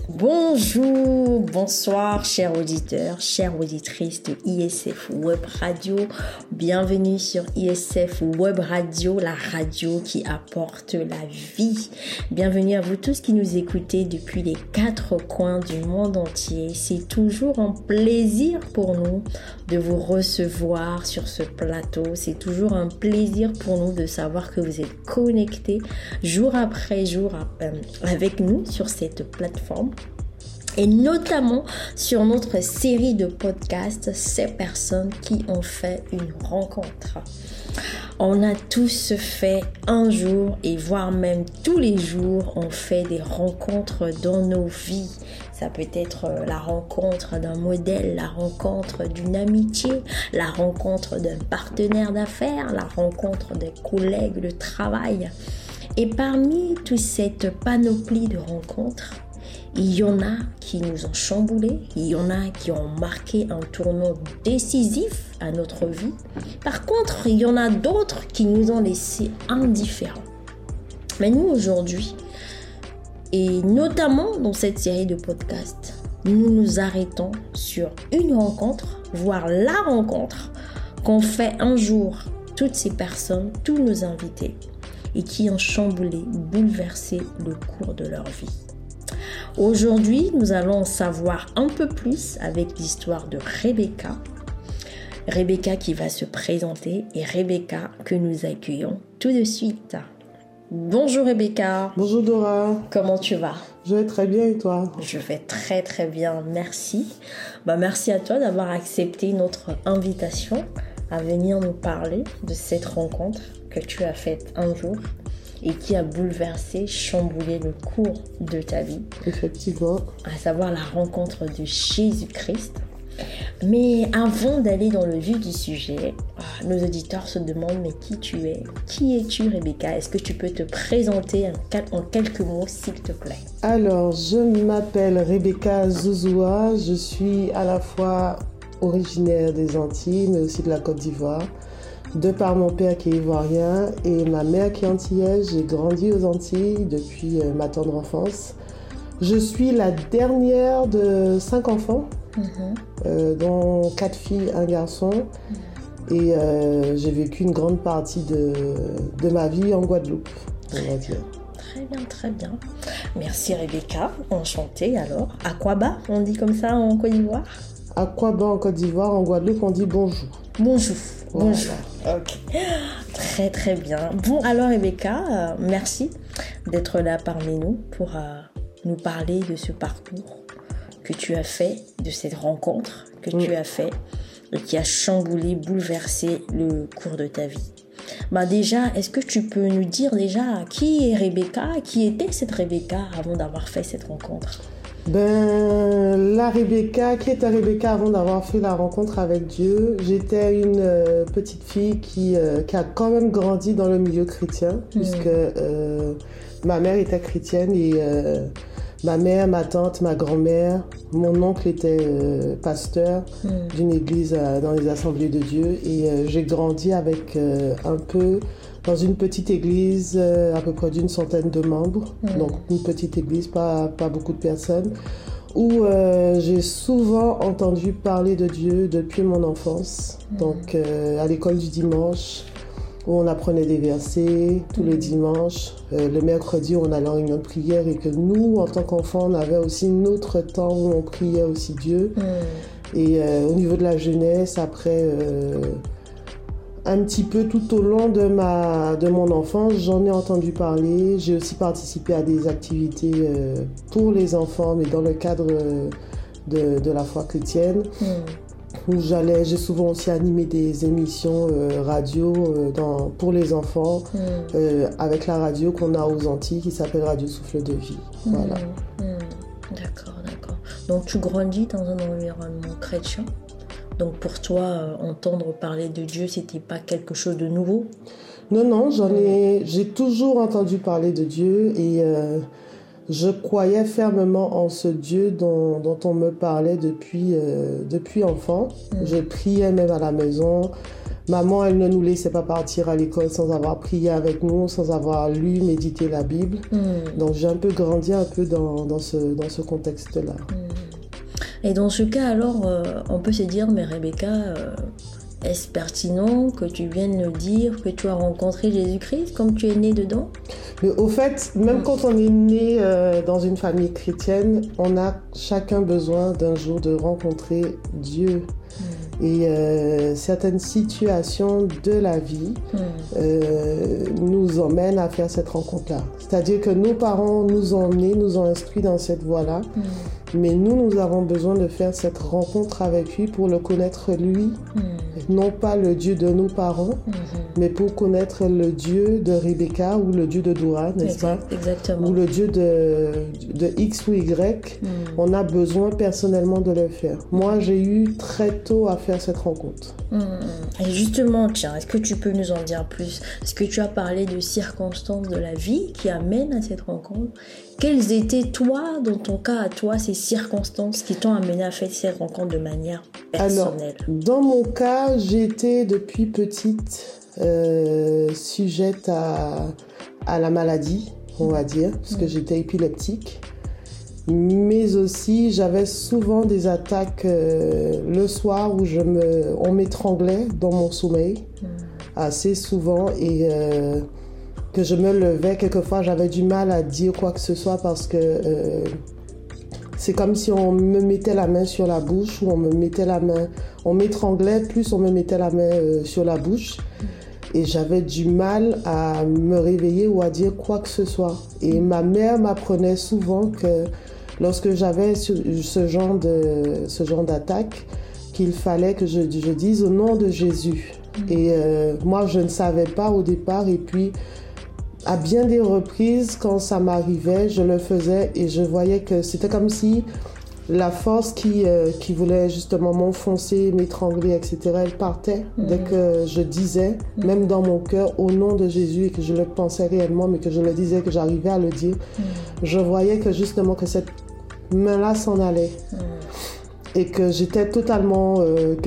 Bonjour, bonsoir, chers auditeurs, chères auditrices de ISF Web Radio. Bienvenue sur ISF Web Radio, la radio qui apporte la vie. Bienvenue à vous tous qui nous écoutez depuis les 4 coins du monde entier. C'est toujours un plaisir pour nous de vous recevoir sur ce plateau. C'est toujours un plaisir pour nous de savoir que vous êtes connectés jour après jour avec nous sur cette plateforme. Et notamment sur notre série de podcasts, ces personnes qui ont fait une rencontre. On a tous fait un jour et voire même tous les jours, on fait des rencontres dans nos vies. Ça peut être la rencontre d'un modèle, la rencontre d'une amitié, la rencontre d'un partenaire d'affaires, la rencontre des collègues de travail. Et parmi toute cette panoplie de rencontres, il y en a qui nous ont chamboulés, il y en a qui ont marqué un tournant décisif à notre vie. Par contre, il y en a d'autres qui nous ont laissés indifférents. Mais nous, aujourd'hui, et notamment dans cette série de podcasts, nous nous arrêtons sur une rencontre, voire la rencontre qu'ont fait un jour toutes ces personnes, tous nos invités, et qui ont chamboulé, bouleversé le cours de leur vie. Aujourd'hui, nous allons en savoir un peu plus avec l'histoire de Rebecca. Rebecca qui va se présenter et Rebecca que nous accueillons tout de suite. Bonjour Rebecca. Bonjour Dora. Comment tu vas? Je vais très bien et toi? Je vais très très bien, merci. Merci à toi d'avoir accepté notre invitation à venir nous parler de cette rencontre que tu as faite un jour et qui a bouleversé, chamboulé le cours de ta vie. Effectivement. À savoir la rencontre de Jésus-Christ. Mais avant d'aller dans le vif du sujet, nos auditeurs se demandent mais qui tu es? Qui es-tu Rebecca? Est-ce que tu peux te présenter en quelques mots s'il te plaît? Alors, je m'appelle Rebecca Zouzoua. Je suis à la fois originaire des Antilles mais aussi de la Côte d'Ivoire. De par mon père qui est ivoirien et ma mère qui est antillaise, j'ai grandi aux Antilles depuis ma tendre enfance. Je suis la dernière de 5 enfants, dont 4 filles, 1 garçon. Et j'ai vécu une grande partie de ma vie en Guadeloupe, on va dire. Très bien, très bien. Merci Rebecca, enchantée alors. Aquaba, on dit comme ça en Côte d'Ivoire? Aquaba en Côte d'Ivoire, en Guadeloupe on dit bonjour. Bonjour. Voilà. Bonjour. Ok. Très très bien. Bon alors Rebecca, merci d'être là parmi nous pour nous parler de ce parcours que tu as fait, de cette rencontre que tu as fait et qui a chamboulé, bouleversé le cours de ta vie. Déjà, est-ce que tu peux nous dire déjà qui est Rebecca, qui était cette Rebecca avant d'avoir fait cette rencontre? La Rebecca, qui était Rebecca avant d'avoir fait la rencontre avec Dieu? J'étais une petite fille qui a quand même grandi dans le milieu chrétien, puisque ma mère était chrétienne et ma mère, ma tante, ma grand-mère, mon oncle était pasteur d'une église dans les Assemblées de Dieu et j'ai grandi avec un peu dans une petite église à peu près d'une centaine de membres, donc une petite église, pas beaucoup de personnes, où j'ai souvent entendu parler de Dieu depuis mon enfance, donc à l'école du dimanche, où on apprenait des versets tous les dimanches, le mercredi on allait en réunion de prière et que nous, en tant qu'enfants, on avait aussi notre temps où on priait aussi Dieu. Et au niveau de la jeunesse, après... un petit peu tout au long de mon enfance, j'en ai entendu parler. J'ai aussi participé à des activités pour les enfants, mais dans le cadre de la foi chrétienne. Où j'ai souvent aussi animé des émissions radio pour les enfants avec la radio qu'on a aux Antilles qui s'appelle Radio Souffle de Vie. Voilà. D'accord. Donc tu grandis dans un environnement chrétien? Donc pour toi, entendre parler de Dieu, c'était pas quelque chose de nouveau? Non, j'ai toujours entendu parler de Dieu et je croyais fermement en ce Dieu dont on me parlait depuis enfant. Je priais même à la maison. Maman, elle ne nous laissait pas partir à l'école sans avoir prié avec nous, sans avoir lu, médité la Bible. Donc j'ai un peu grandi un peu dans ce contexte-là. Et dans ce cas, alors, on peut se dire, mais Rebecca, est-ce pertinent que tu viennes nous dire que tu as rencontré Jésus-Christ comme tu es née dedans? Mais au fait, même quand on est né dans une famille chrétienne, on a chacun besoin d'un jour de rencontrer Dieu. Et certaines situations de la vie nous emmènent à faire cette rencontre-là. C'est-à-dire que nos parents nous ont emmenés, nous ont instruits dans cette voie-là. Mais nous avons besoin de faire cette rencontre avec lui pour le connaître lui. Non pas le Dieu de nos parents, mais pour connaître le Dieu de Rebecca ou le Dieu de Dora, n'est-ce pas? Exactement. Ou le Dieu de X ou Y. On a besoin personnellement de le faire. Moi, j'ai eu très tôt à faire cette rencontre. Et justement, tiens, est-ce que tu peux nous en dire plus? Est-ce que tu as parlé de circonstances de la vie qui amènent à cette rencontre? Quelles étaient, toi, dans ton cas à toi, ces circonstances qui t'ont amené à faire cette rencontre de manière personnelle? Alors, dans mon cas, j'étais depuis petite sujette à la maladie, on va dire, parce que j'étais épileptique. Mais aussi, j'avais souvent des attaques le soir où on m'étranglait dans mon sommeil, assez souvent, et que je me levais. Quelquefois, j'avais du mal à dire quoi que ce soit parce que c'est comme si on me mettait la main sur la bouche ou on m'étranglait, plus on me mettait la main sur la bouche. Et j'avais du mal à me réveiller ou à dire quoi que ce soit. Et ma mère m'apprenait souvent que lorsque j'avais ce genre d'attaque, qu'il fallait que je dise au nom de Jésus. Et moi, je ne savais pas au départ. Et puis, à bien des reprises, quand ça m'arrivait, je le faisais et je voyais que c'était comme si la force qui voulait justement m'enfoncer, m'étrangler, etc., elle partait dès que je disais, même dans mon cœur, au nom de Jésus, et que je le pensais réellement, mais que je le disais, que j'arrivais à le dire. Je voyais que justement que cette main-là s'en allait. Et que j'étais totalement,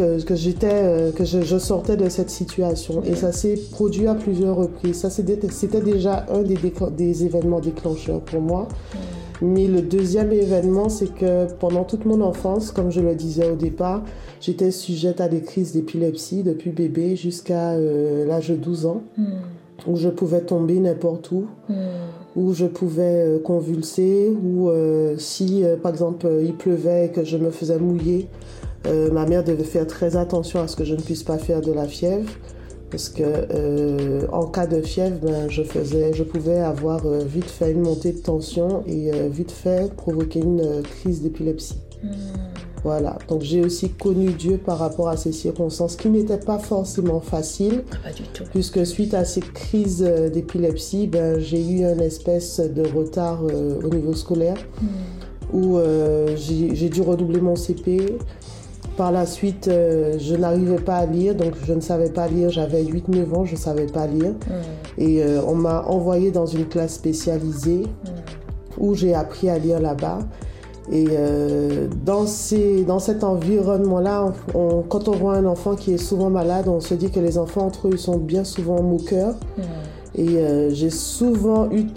que je sortais de cette situation. Et ça s'est produit à plusieurs reprises. Ça, c'était déjà un des événements déclencheurs pour moi. Mais le deuxième événement, c'est que pendant toute mon enfance, comme je le disais au départ, j'étais sujette à des crises d'épilepsie depuis bébé jusqu'à l'âge de 12 ans, où je pouvais tomber n'importe où je pouvais convulser, ou si, par exemple, il pleuvait et que je me faisais mouiller, ma mère devait faire très attention à ce que je ne puisse pas faire de la fièvre. Parce que en cas de fièvre, je pouvais avoir vite fait une montée de tension et vite fait provoquer une crise d'épilepsie. Voilà, donc j'ai aussi connu Dieu par rapport à ces circonstances qui n'étaient pas forcément faciles. Pas du tout. Puisque suite à ces crises d'épilepsie, j'ai eu une espèce de retard au niveau scolaire où j'ai dû redoubler mon CP. Par la suite, je n'arrivais pas à lire, donc je ne savais pas lire. J'avais 8-9 ans, je ne savais pas lire. Et on m'a envoyée dans une classe spécialisée où j'ai appris à lire là-bas. Et dans cet environnement-là, quand on voit un enfant qui est souvent malade, on se dit que les enfants entre eux sont bien souvent moqueurs. Et j'ai souvent eu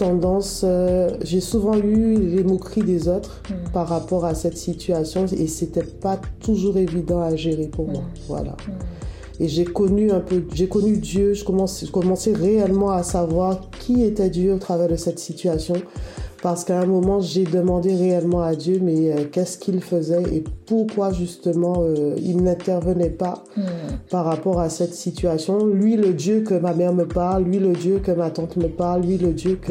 les moqueries des autres par rapport à cette situation, et c'était pas toujours évident à gérer pour moi. Voilà. Et j'ai connu Dieu, je commençais réellement à savoir qui était Dieu au travers de cette situation. Parce qu'à un moment, j'ai demandé réellement à Dieu, mais qu'est-ce qu'il faisait et pourquoi justement il n'intervenait pas par rapport à cette situation. Lui, le Dieu que ma mère me parle, lui, le Dieu que ma tante me parle, lui, le Dieu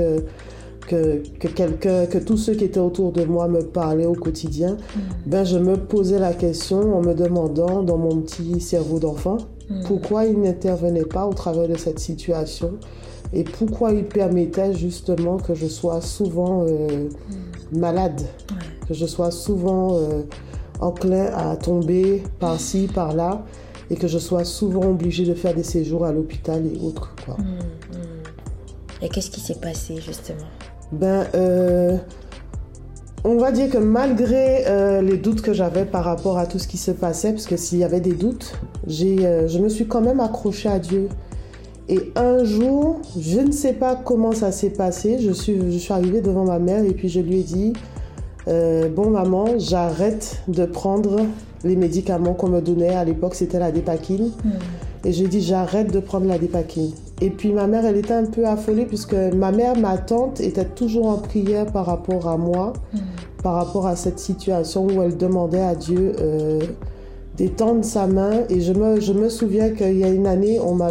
que tous ceux qui étaient autour de moi me parlaient au quotidien. Je me posais la question en me demandant dans mon petit cerveau d'enfant, pourquoi il n'intervenait pas au travers de cette situation. Et pourquoi il permettait justement que je sois souvent malade, que je sois souvent enclin à tomber par-ci, par-là, et que je sois souvent obligée de faire des séjours à l'hôpital et autres, quoi. Et qu'est-ce qui s'est passé justement? On va dire que malgré les doutes que j'avais par rapport à tout ce qui se passait, parce que s'il y avait des doutes, je me suis quand même accrochée à Dieu. Et un jour, je ne sais pas comment ça s'est passé, je suis arrivée devant ma mère et puis je lui ai dit bon maman, j'arrête de prendre les médicaments qu'on me donnait. À l'époque, c'était la Dépakine. Et j'ai dit j'arrête de prendre la Dépakine. Et puis ma mère, elle était un peu affolée puisque ma tante était toujours en prière par rapport à moi, par rapport à cette situation où elle demandait à Dieu d'étendre sa main. Et je me souviens qu'il y a une année, on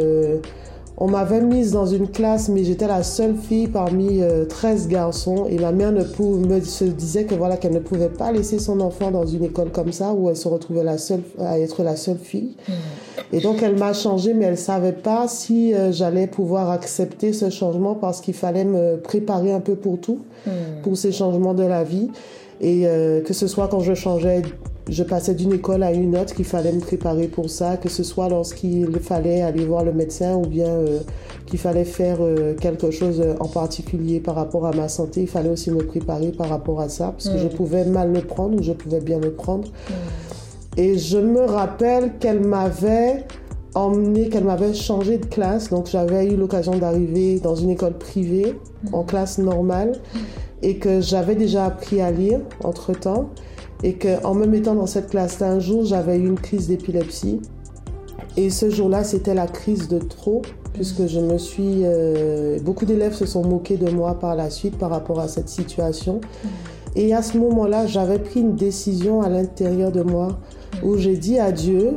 m'avait mise dans une classe, mais j'étais la seule fille parmi 13 garçons. Et ma mère se disait que voilà, qu'elle ne pouvait pas laisser son enfant dans une école comme ça, où elle se retrouvait à être la seule fille. Et donc, elle m'a changée, mais elle ne savait pas si j'allais pouvoir accepter ce changement parce qu'il fallait me préparer un peu pour tout, pour ces changements de la vie. Et que ce soit quand je passais d'une école à une autre, qu'il fallait me préparer pour ça, que ce soit lorsqu'il fallait aller voir le médecin ou bien qu'il fallait faire quelque chose en particulier par rapport à ma santé, il fallait aussi me préparer par rapport à ça, parce que je pouvais mal le prendre ou je pouvais bien le prendre. Et je me rappelle qu'elle m'avait changé de classe, donc j'avais eu l'occasion d'arriver dans une école privée, en classe normale, et que j'avais déjà appris à lire entre-temps. Et qu'en me mettant dans cette classe-là, un jour, j'avais eu une crise d'épilepsie. Et ce jour-là, c'était la crise de trop, puisque beaucoup d'élèves se sont moqués de moi par la suite par rapport à cette situation. Et à ce moment-là, j'avais pris une décision à l'intérieur de moi où j'ai dit à Dieu,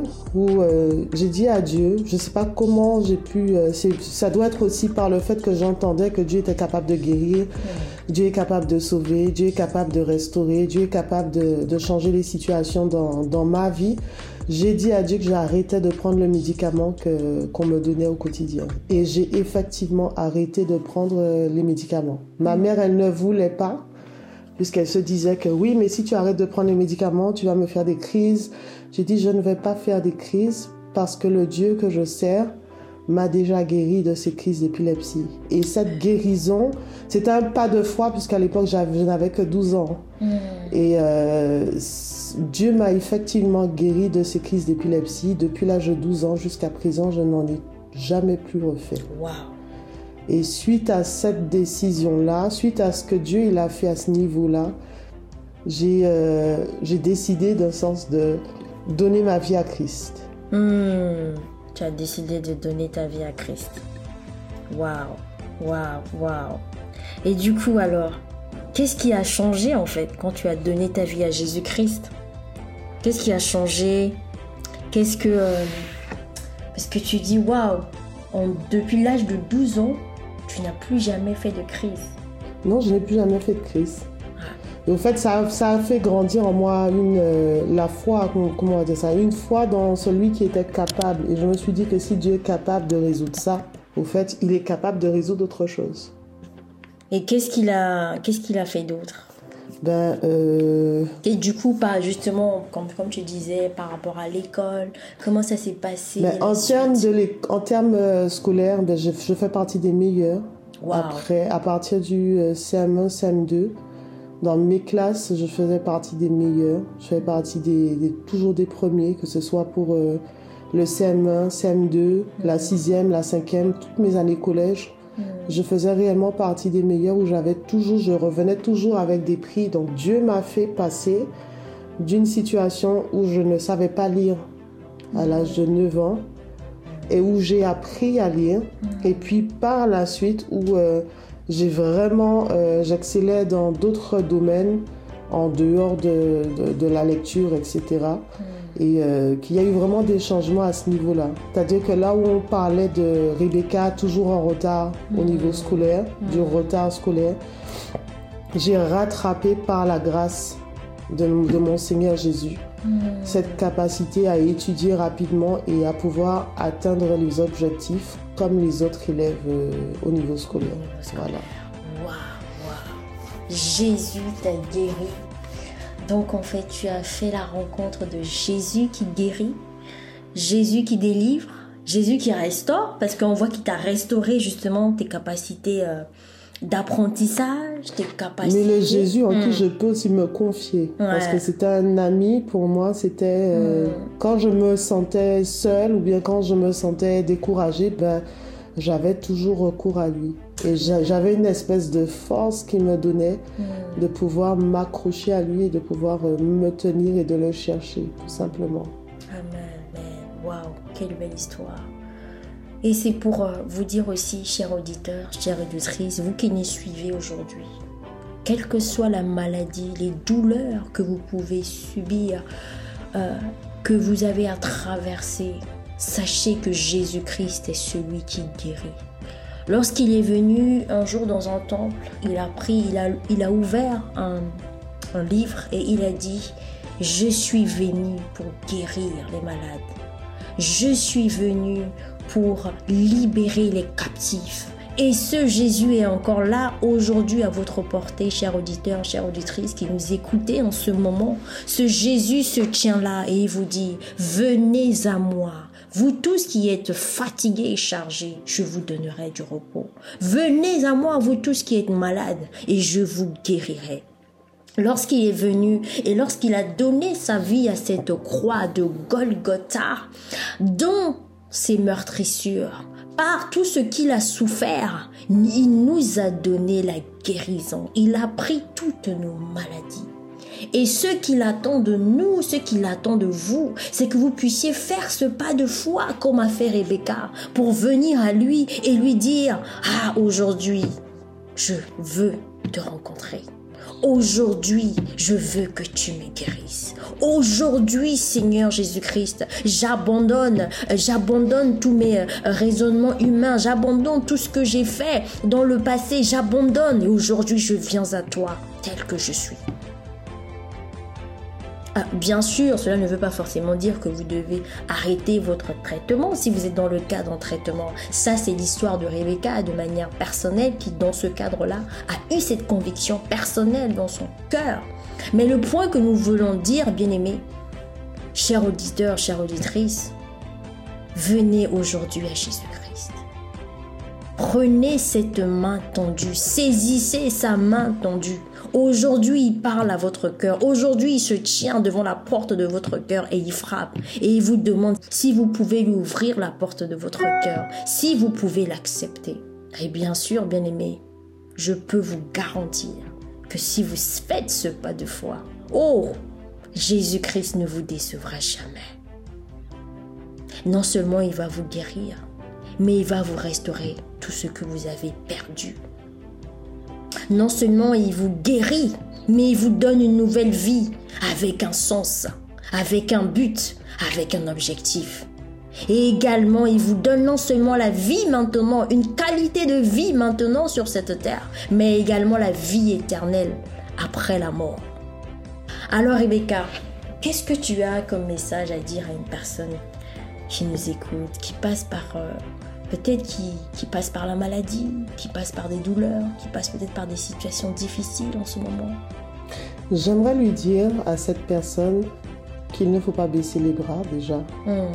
je ne sais pas comment j'ai pu, ça doit être aussi par le fait que j'entendais que Dieu était capable de guérir, Dieu est capable de sauver, Dieu est capable de restaurer, Dieu est capable de changer les situations dans ma vie. J'ai dit à Dieu que j'arrêtais de prendre le médicament qu'on me donnait au quotidien. Et j'ai effectivement arrêté de prendre les médicaments. Ma mère, elle ne voulait pas, puisqu'elle se disait que oui, mais si tu arrêtes de prendre les médicaments, tu vas me faire des crises. J'ai dit, je ne vais pas faire des crises parce que le Dieu que je sers m'a déjà guéri de ces crises d'épilepsie. Et cette guérison, c'était un pas de foi, puisqu'à l'époque, je n'avais que 12 ans. Et Dieu m'a effectivement guéri de ces crises d'épilepsie. Depuis l'âge de 12 ans jusqu'à présent, je n'en ai jamais plus refait. Wow. Et suite à cette décision-là, suite à ce que Dieu il a fait à ce niveau-là, j'ai décidé d'un sens de donner ma vie à Christ. Tu as décidé de donner ta vie à Christ. Waouh. Et du coup alors, qu'est-ce qui a changé en fait quand tu as donné ta vie à Jésus-Christ? Qu'est-ce qui a changé? Parce que tu dis waouh, depuis l'âge de 12 ans, tu n'as plus jamais fait de crise. Non, je n'ai plus jamais fait de crise. Et au fait, ça a fait grandir en moi la foi, comment on va dire ça, une foi dans celui qui était capable. Et je me suis dit que si Dieu est capable de résoudre ça, au fait, il est capable de résoudre autre chose. Et qu'est-ce qu'il a fait d'autre? Et du coup, justement, comme tu disais, par rapport à l'école, comment ça s'est passé? En termes scolaires, je fais partie des meilleurs. Wow. Après, à partir du CM1, CM2, dans mes classes, je faisais partie des meilleurs. Je faisais partie toujours des premiers, que ce soit pour le CM1, CM2, la 6e, la 5e, toutes mes années collège. Je faisais réellement partie des meilleurs où je revenais toujours avec des prix. Donc Dieu m'a fait passer d'une situation où je ne savais pas lire à l'âge de 9 ans et où j'ai appris à lire. Et puis par la suite où j'excellais dans d'autres domaines en dehors de la lecture, etc. Et qu'il y a eu vraiment des changements à ce niveau-là. C'est-à-dire que là où on parlait de Rebecca, toujours en retard au niveau scolaire, du retard scolaire, j'ai rattrapé par la grâce de mon Seigneur Jésus cette capacité à étudier rapidement et à pouvoir atteindre les objectifs comme les autres élèves au niveau scolaire. Voilà. Waouh. Jésus t'a guéri. Donc en fait, tu as fait la rencontre de Jésus qui guérit, Jésus qui délivre, Jésus qui restaure, parce qu'on voit qu'il t'a restauré justement tes capacités d'apprentissage, tes capacités. Mais le Jésus en qui je peux aussi me confier. Parce que c'était un ami pour moi. C'était quand je me sentais seule ou bien quand je me sentais découragée, j'avais toujours recours à lui. Et j'avais une espèce de force qui me donnait de pouvoir m'accrocher à lui et de pouvoir me tenir et de le chercher, tout simplement. Amen. Waouh, quelle belle histoire. Et c'est pour vous dire aussi, chers auditeurs, chères auditrices, vous qui nous suivez aujourd'hui, quelle que soit la maladie, les douleurs que vous pouvez subir, que vous avez à traverser, sachez que Jésus-Christ est celui qui guérit. Lorsqu'il est venu un jour dans un temple, il a ouvert un livre et il a dit « Je suis venu pour guérir les malades. Je suis venu pour libérer les captifs. » Et ce Jésus est encore là aujourd'hui à votre portée, chers auditeurs, chères auditrices qui nous écoutez en ce moment. Ce Jésus se tient là et il vous dit « Venez à moi. Vous tous qui êtes fatigués et chargés, je vous donnerai du repos. Venez à moi, vous tous qui êtes malades, et je vous guérirai. » Lorsqu'il est venu et lorsqu'il a donné sa vie à cette croix de Golgotha, dont ses meurtrissures, par tout ce qu'il a souffert, il nous a donné la guérison. Il a pris toutes nos maladies. Et ce qu'il attend de nous, ce qu'il attend de vous, c'est que vous puissiez faire ce pas de foi comme a fait Rebecca pour venir à lui et lui dire « Ah, aujourd'hui, je veux te rencontrer. Aujourd'hui, je veux que tu me guérisses. Aujourd'hui, Seigneur Jésus-Christ, j'abandonne tous mes raisonnements humains, j'abandonne tout ce que j'ai fait dans le passé, j'abandonne et aujourd'hui, je viens à toi tel que je suis. » Bien sûr, cela ne veut pas forcément dire que vous devez arrêter votre traitement si vous êtes dans le cadre d'un traitement. Ça, c'est l'histoire de Rebecca de manière personnelle qui, dans ce cadre-là, a eu cette conviction personnelle dans son cœur. Mais le point que nous voulons dire, bien-aimés, chers auditeurs, chères auditrices, venez aujourd'hui à Jésus-Christ. Prenez cette main tendue, saisissez sa main tendue. Aujourd'hui, il parle à votre cœur. Aujourd'hui, il se tient devant la porte de votre cœur et il frappe. Et il vous demande si vous pouvez lui ouvrir la porte de votre cœur, si vous pouvez l'accepter. Et bien sûr, bien-aimés, je peux vous garantir que si vous faites ce pas de foi, Jésus-Christ ne vous décevra jamais. Non seulement il va vous guérir, mais il va vous restaurer tout ce que vous avez perdu. Non seulement il vous guérit, mais il vous donne une nouvelle vie avec un sens, avec un but, avec un objectif. Et également, il vous donne non seulement la vie maintenant, une qualité de vie maintenant sur cette terre, mais également la vie éternelle après la mort. Alors Rebecca, qu'est-ce que tu as comme message à dire à une personne qui nous écoute, qui passe par... peut-être qui passe par la maladie, qui passe par des douleurs, qui passe peut-être par des situations difficiles en ce moment? J'aimerais lui dire à cette personne qu'il ne faut pas baisser les bras déjà.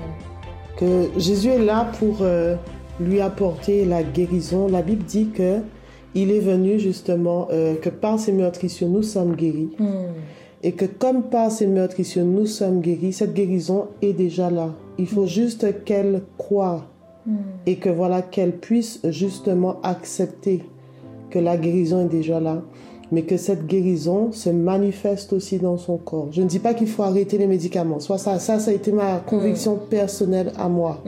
Que Jésus est là pour lui apporter la guérison. La Bible dit qu'il est venu justement, que par ses meurtrissures nous sommes guéris. Et que comme par ses meurtrissures nous sommes guéris, cette guérison est déjà là. Il faut juste qu'elle croie. Et que voilà, qu'elle puisse justement accepter que la guérison est déjà là, mais que cette guérison se manifeste aussi dans son corps. Je ne dis pas qu'il faut arrêter les médicaments. Ça a été ma conviction personnelle à moi.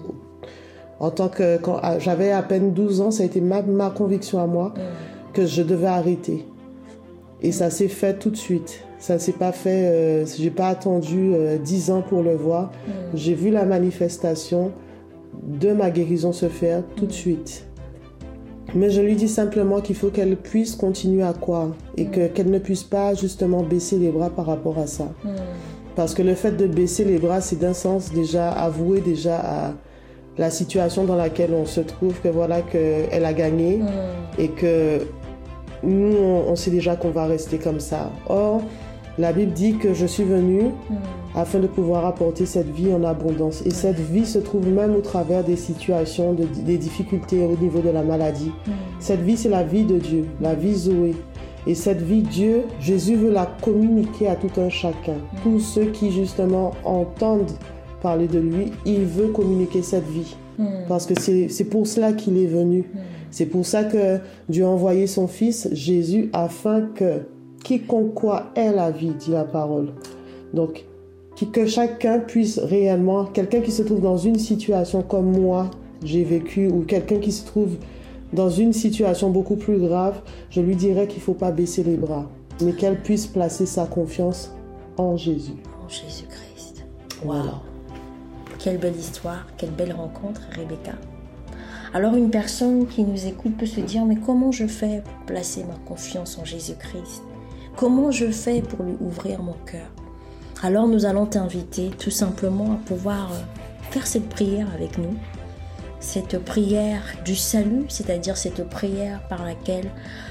En tant que, quand j'avais à peine 12 ans, ça a été ma conviction à moi que je devais arrêter. Et ça s'est fait tout de suite. Ça s'est pas fait, j'ai pas attendu 10 ans pour le voir. J'ai vu la manifestation de ma guérison se faire tout de suite. Mais je lui dis simplement qu'il faut qu'elle puisse continuer à croire et qu'elle ne puisse pas justement baisser les bras par rapport à ça. Parce que le fait de baisser les bras, c'est d'un sens déjà avouer déjà à la situation dans laquelle on se trouve, que voilà, qu'elle a gagné et que nous, on sait déjà qu'on va rester comme ça. Or, La Bible dit que je suis venu afin de pouvoir apporter cette vie en abondance. Et cette vie se trouve même au travers des situations, des difficultés au niveau de la maladie. Cette vie, c'est la vie de Dieu, la vie Zoé. Et cette vie, Dieu, Jésus veut la communiquer à tout un chacun. Tous ceux qui justement entendent parler de lui, il veut communiquer cette vie. Parce que c'est pour cela qu'il est venu. C'est pour ça que Dieu a envoyé son Fils, Jésus, afin que quiconque croit ait la vie, dit la parole. Donc, que chacun puisse réellement, quelqu'un qui se trouve dans une situation comme moi, j'ai vécu, ou quelqu'un qui se trouve dans une situation beaucoup plus grave, je lui dirais qu'il ne faut pas baisser les bras, mais qu'elle puisse placer sa confiance en Jésus. En Jésus-Christ. Voilà. Wow. Quelle belle histoire, quelle belle rencontre, Rebecca. Alors une personne qui nous écoute peut se dire, mais comment je fais pour placer ma confiance en Jésus-Christ? Comment je fais pour lui ouvrir mon cœur? Alors nous allons t'inviter tout simplement à pouvoir faire cette prière avec nous. Cette prière du salut, c'est-à-dire cette prière par laquelle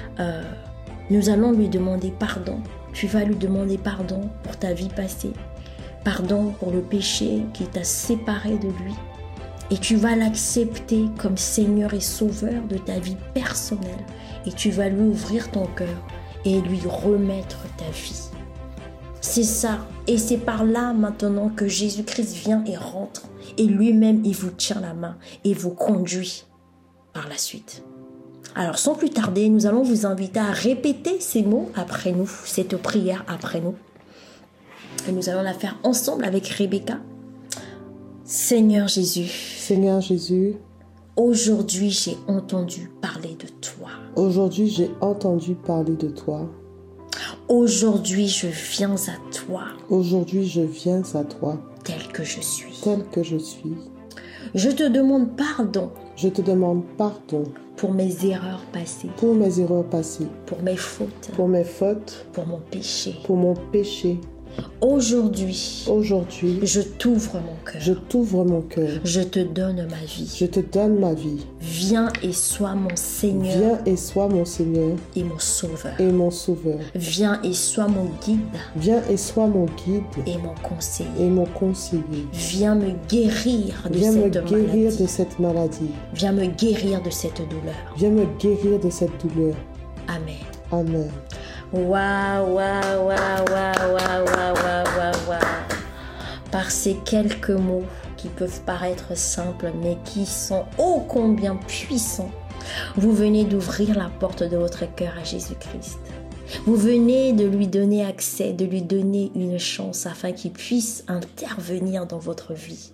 nous allons lui demander pardon. Tu vas lui demander pardon pour ta vie passée, pardon pour le péché qui t'a séparé de lui. Et tu vas l'accepter comme Seigneur et Sauveur de ta vie personnelle. Et tu vas lui ouvrir ton cœur et lui remettre ta vie. C'est ça. Et c'est par là maintenant que Jésus-Christ vient et rentre. Et lui-même, il vous tient la main et vous conduit par la suite. Alors, sans plus tarder, nous allons vous inviter à répéter ces mots après nous, cette prière après nous. Et nous allons la faire ensemble avec Rebecca. Seigneur Jésus. Seigneur Jésus. Aujourd'hui, j'ai entendu parler de toi. Aujourd'hui, j'ai entendu parler de toi. Aujourd'hui, je viens à toi. Aujourd'hui, je viens à toi. Tel que je suis. Tel que je suis. Je te demande pardon. Je te demande pardon. Pour mes erreurs passées. Pour mes erreurs passées. Pour mes fautes. Pour mes fautes. Pour mon péché. Pour mon péché. Aujourd'hui, je t'ouvre mon cœur. Je t'ouvre mon cœur. Je te donne ma vie. Je te donne ma vie. Viens et sois mon Seigneur. Viens et sois mon Seigneur. Et mon Sauveur. Et mon Sauveur. Viens et sois mon guide. Viens et sois mon guide. Et mon conseiller. Et mon conseiller. Viens me guérir de Viens cette me guérir maladie. de cette maladie. Viens me guérir de cette douleur. Viens me guérir de cette douleur. Amen. Amen. Waouh, waouh, waouh, waouh, waouh, waouh, waouh, waouh. Par ces quelques mots qui peuvent paraître simples, mais qui sont ô combien puissants, vous venez d'ouvrir la porte de votre cœur à Jésus-Christ. Vous venez de lui donner accès, de lui donner une chance afin qu'il puisse intervenir dans votre vie,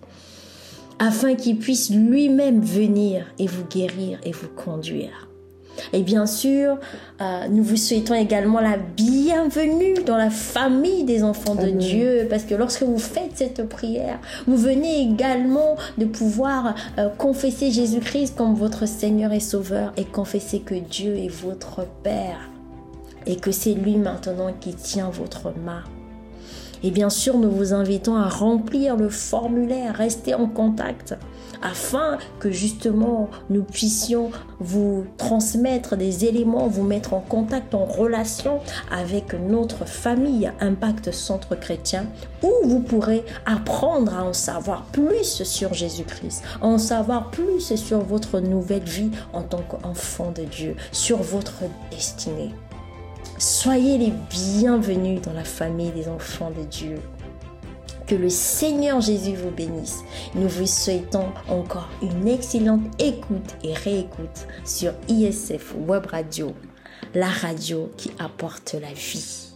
afin qu'il puisse lui-même venir et vous guérir et vous conduire. Et bien sûr, nous vous souhaitons également la bienvenue dans la famille des enfants de Amen. Dieu, parce que lorsque vous faites cette prière, vous venez également de pouvoir confesser Jésus-Christ comme votre Seigneur et Sauveur et confesser que Dieu est votre Père et que c'est lui maintenant qui tient votre main. Et bien sûr, nous vous invitons à remplir le formulaire, rester en contact, afin que justement nous puissions vous transmettre des éléments, vous mettre en contact, en relation avec notre famille Impact Centre Chrétien, où vous pourrez apprendre à en savoir plus sur Jésus-Christ, à en savoir plus sur votre nouvelle vie en tant qu'enfant de Dieu, sur votre destinée. Soyez les bienvenus dans la famille des enfants de Dieu. Que le Seigneur Jésus vous bénisse. Nous vous souhaitons encore une excellente écoute et réécoute sur ISF Web Radio, la radio qui apporte la vie.